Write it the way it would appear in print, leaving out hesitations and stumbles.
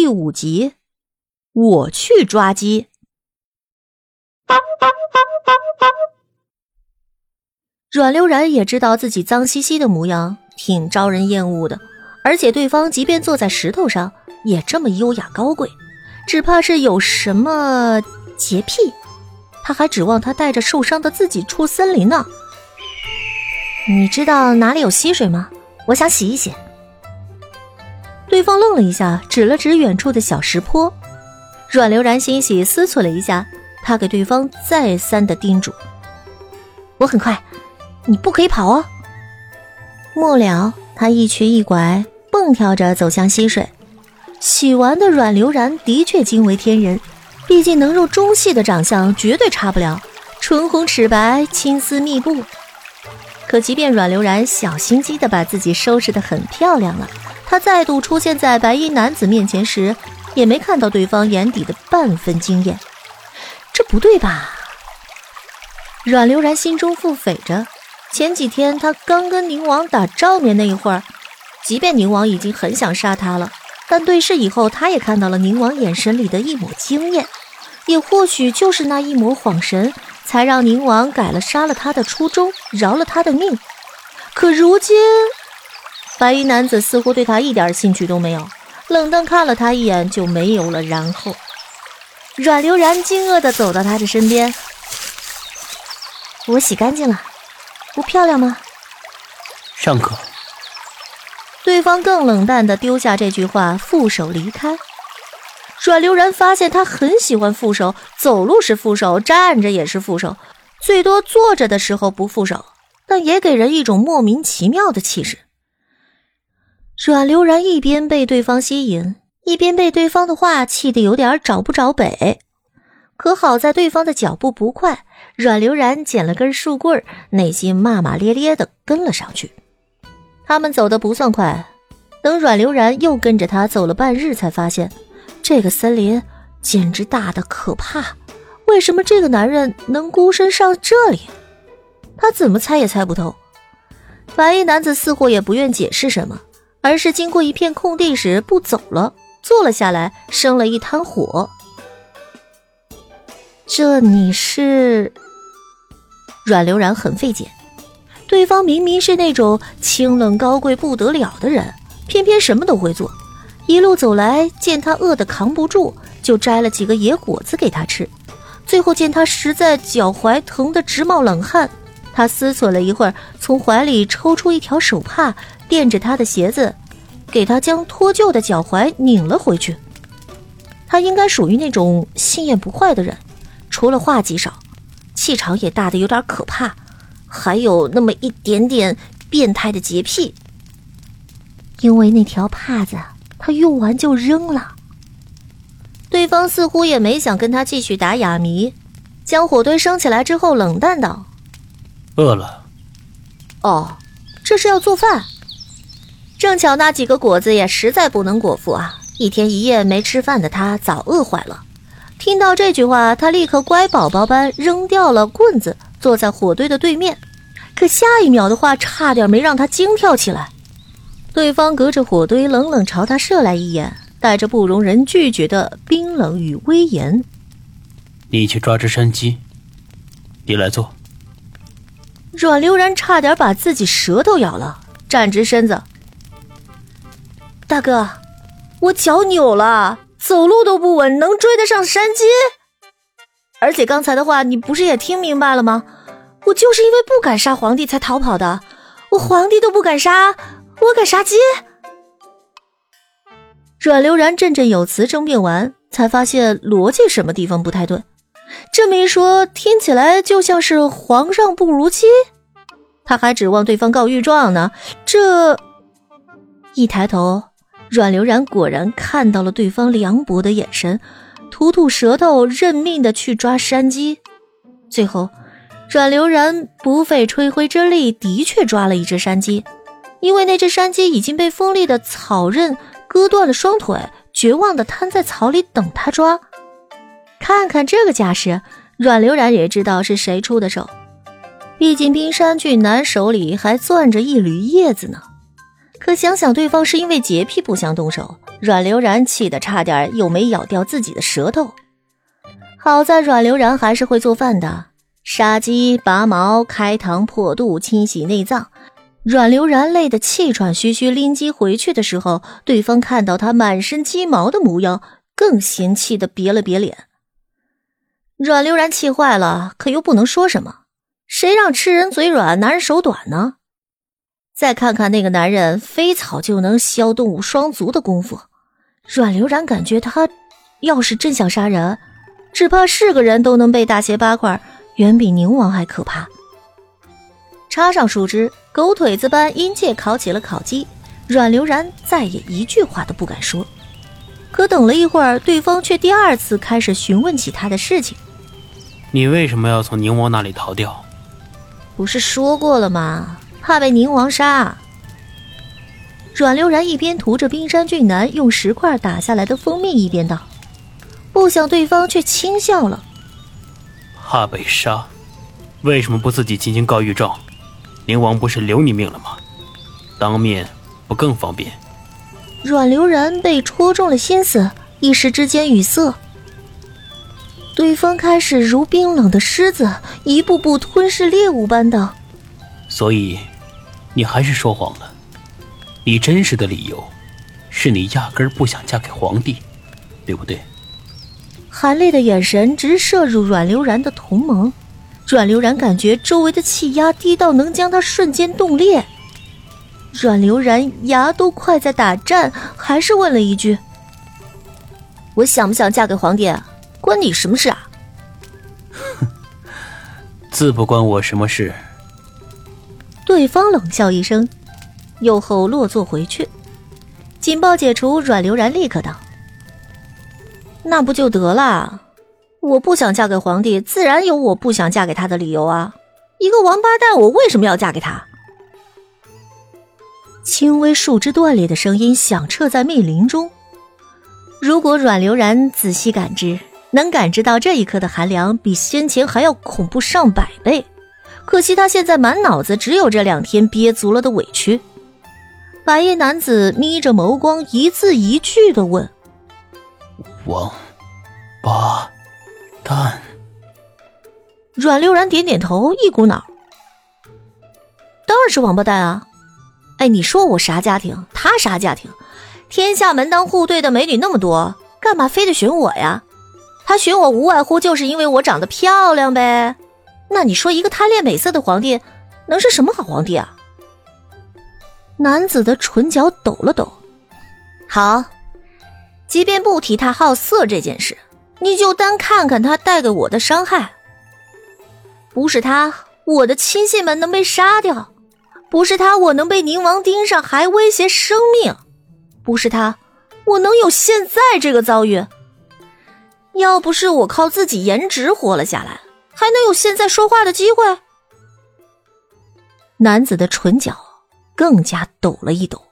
5集，我去抓鸡。阮流然也知道自己脏兮兮的模样挺招人厌恶的，而且对方即便坐在石头上也这么优雅高贵，只怕是有什么洁癖。他还指望他带着受伤的自己出森林呢。你知道哪里有溪水吗？我想洗一洗。对方愣了一下，指了指远处的小石坡。阮流然欣喜思忖了一下，他给对方再三的叮嘱：我很快，你不可以跑哦。末了，他一瘸一拐蹦跳着走向溪水。洗完的阮流然的确惊为天人，毕竟能肉中细的长相绝对差不了，唇红齿白，青丝密布。可即便阮流然小心机地把自己收拾得很漂亮了，他再度出现在白衣男子面前时，也没看到对方眼底的半分惊艳。这不对吧？阮流然心中腹诽着，前几天他刚跟宁王打照面那一会儿，即便宁王已经很想杀他了，但对视以后他也看到了宁王眼神里的一抹惊艳，也或许就是那一抹恍神，才让宁王改了杀了他的初衷，饶了他的命。可如今白衣男子似乎对他一点兴趣都没有，冷淡看了他一眼就没有了然后。阮流然惊愕地走到他的身边，我洗干净了，不漂亮吗？ 尚可。 对方更冷淡地丢下这句话，负手离开。阮流然发现他很喜欢负手，走路是负手，站着也是负手，最多坐着的时候不负手，但也给人一种莫名其妙的气势。阮流然一边被对方吸引，一边被对方的话气得有点找不着北。可好在对方的脚步不快，阮流然捡了根树棍，内心骂骂咧咧地跟了上去。他们走得不算快，等阮流然又跟着他走了半日，才发现这个森林简直大得可怕。为什么这个男人能孤身上这里？他怎么猜也猜不透。白衣男子似乎也不愿解释什么，而是经过一片空地时不走了，坐了下来，生了一滩火。这你是？阮流然很费解，对方明明是那种清冷高贵不得了的人，偏偏什么都会做。一路走来，见他饿得扛不住，就摘了几个野果子给他吃。最后见他实在脚踝疼得直冒冷汗，他思忖了一会儿，从怀里抽出一条手帕，垫着他的鞋子，给他将脱臼的脚踝拧了回去。他应该属于那种心眼不坏的人，除了话极少，气场也大得有点可怕，还有那么一点点变态的洁癖。因为那条帕子他用完就扔了。对方似乎也没想跟他继续打哑谜，将火堆升起来之后冷淡道： 饿了。 哦，这是要做饭。正巧那几个果子也实在不能果腹啊，一天一夜没吃饭的他早饿坏了。听到这句话，他立刻乖宝宝般扔掉了棍子，坐在火堆的对面。可下一秒的话差点没让他惊跳起来。对方隔着火堆冷冷朝他射来一眼，带着不容人拒绝的冰冷与威严。 你去抓只山鸡，你来做。 阮流然差点把自己舌头咬了，站直身子。大哥，我脚扭了，走路都不稳，能追得上山鸡？而且刚才的话你不是也听明白了吗？我就是因为不敢杀皇帝才逃跑的，我皇帝都不敢杀，我敢杀鸡？阮流然振振有词争辩完，才发现逻辑什么地方不太对。这么一说，听起来就像是皇上不如鸡。他还指望对方告御状呢，这一抬头，阮流然果然看到了对方凉薄的眼神，吐吐舌头，认命的去抓山鸡。最后阮流然不费吹灰之力的确抓了一只山鸡，因为那只山鸡已经被锋利的草刃割断了双腿，绝望地瘫在草里等他抓。看看这个架势，阮流然也知道是谁出的手，毕竟冰山俊男手里还攥着一缕叶子呢。 可想想对方是因为洁癖不想动手，阮流然气得差点又没咬掉自己的舌头。好在阮流然还是会做饭的，杀鸡拔毛，开膛破肚，清洗内脏。阮流然累得气喘吁吁拎鸡回去的时候，对方看到他满身鸡毛的模样，更嫌弃地别了别脸。阮流然气坏了，可又不能说什么，谁让吃人嘴软拿人手短呢？再看看那个男人飞草就能削动物双足的功夫，阮流然感觉他要是真想杀人，只怕是个人都能被大卸八块，远比宁王还可怕。插上树枝，狗腿子般殷切烤起了烤鸡，阮流然再也一句话都不敢说。可等了一会儿，对方却第二次开始询问起他的事情。 你为什么要从宁王那里逃掉？ 不是说过了吗？怕被宁王杀。阮流然一边涂着冰山俊男用石块打下来的蜂蜜，一边道，不想对方却轻笑了。 怕被杀？为什么不自己进行告御状？宁王不是留你命了吗？当面不更方便？ 阮流然被戳中了心思，一时之间语塞。对方开始如冰冷的狮子，一步步吞噬猎物般道， 所以你还是说谎了。你真实的理由是你压根儿不想嫁给皇帝，对不对？ 含泪的眼神直射入阮流然的瞳眸，阮流然感觉周围的气压低到能将他瞬间冻裂。阮流然牙都快在打颤，还是问了一句，我想不想嫁给皇帝关你什么事啊？ 自不关我什么事。 对方冷笑一声，右后落座回去。警报解除，阮流然立刻道，那不就得了？我不想嫁给皇帝，自然有我不想嫁给他的理由啊。一个王八蛋，我为什么要嫁给他？轻微树枝断裂的声音响彻在密林中。如果阮流然仔细感知，能感知到这一刻的寒凉比先前还要恐怖上百倍。可惜他现在满脑子只有这2天憋足了的委屈。白衣男子眯着眸光，一字一句地问， 王八蛋。 阮流然点点头，一股脑，当然是王八蛋啊。哎，你说我啥家庭，他啥家庭？天下门当户对的美女那么多，干嘛非得选我呀？他选我无外乎就是因为我长得漂亮呗。那你说一个贪恋美色的皇帝能是什么好皇帝啊？男子的唇角抖了抖。好，即便不提他好色这件事，你就单看看他带给我的伤害。不是他，我的亲信们能被杀掉；不是他，我能被宁王盯上还威胁生命；不是他，我能有现在这个遭遇。要不是我靠自己颜值活了下来，还能有现在说话的机会？男子的唇角更加抖了一抖。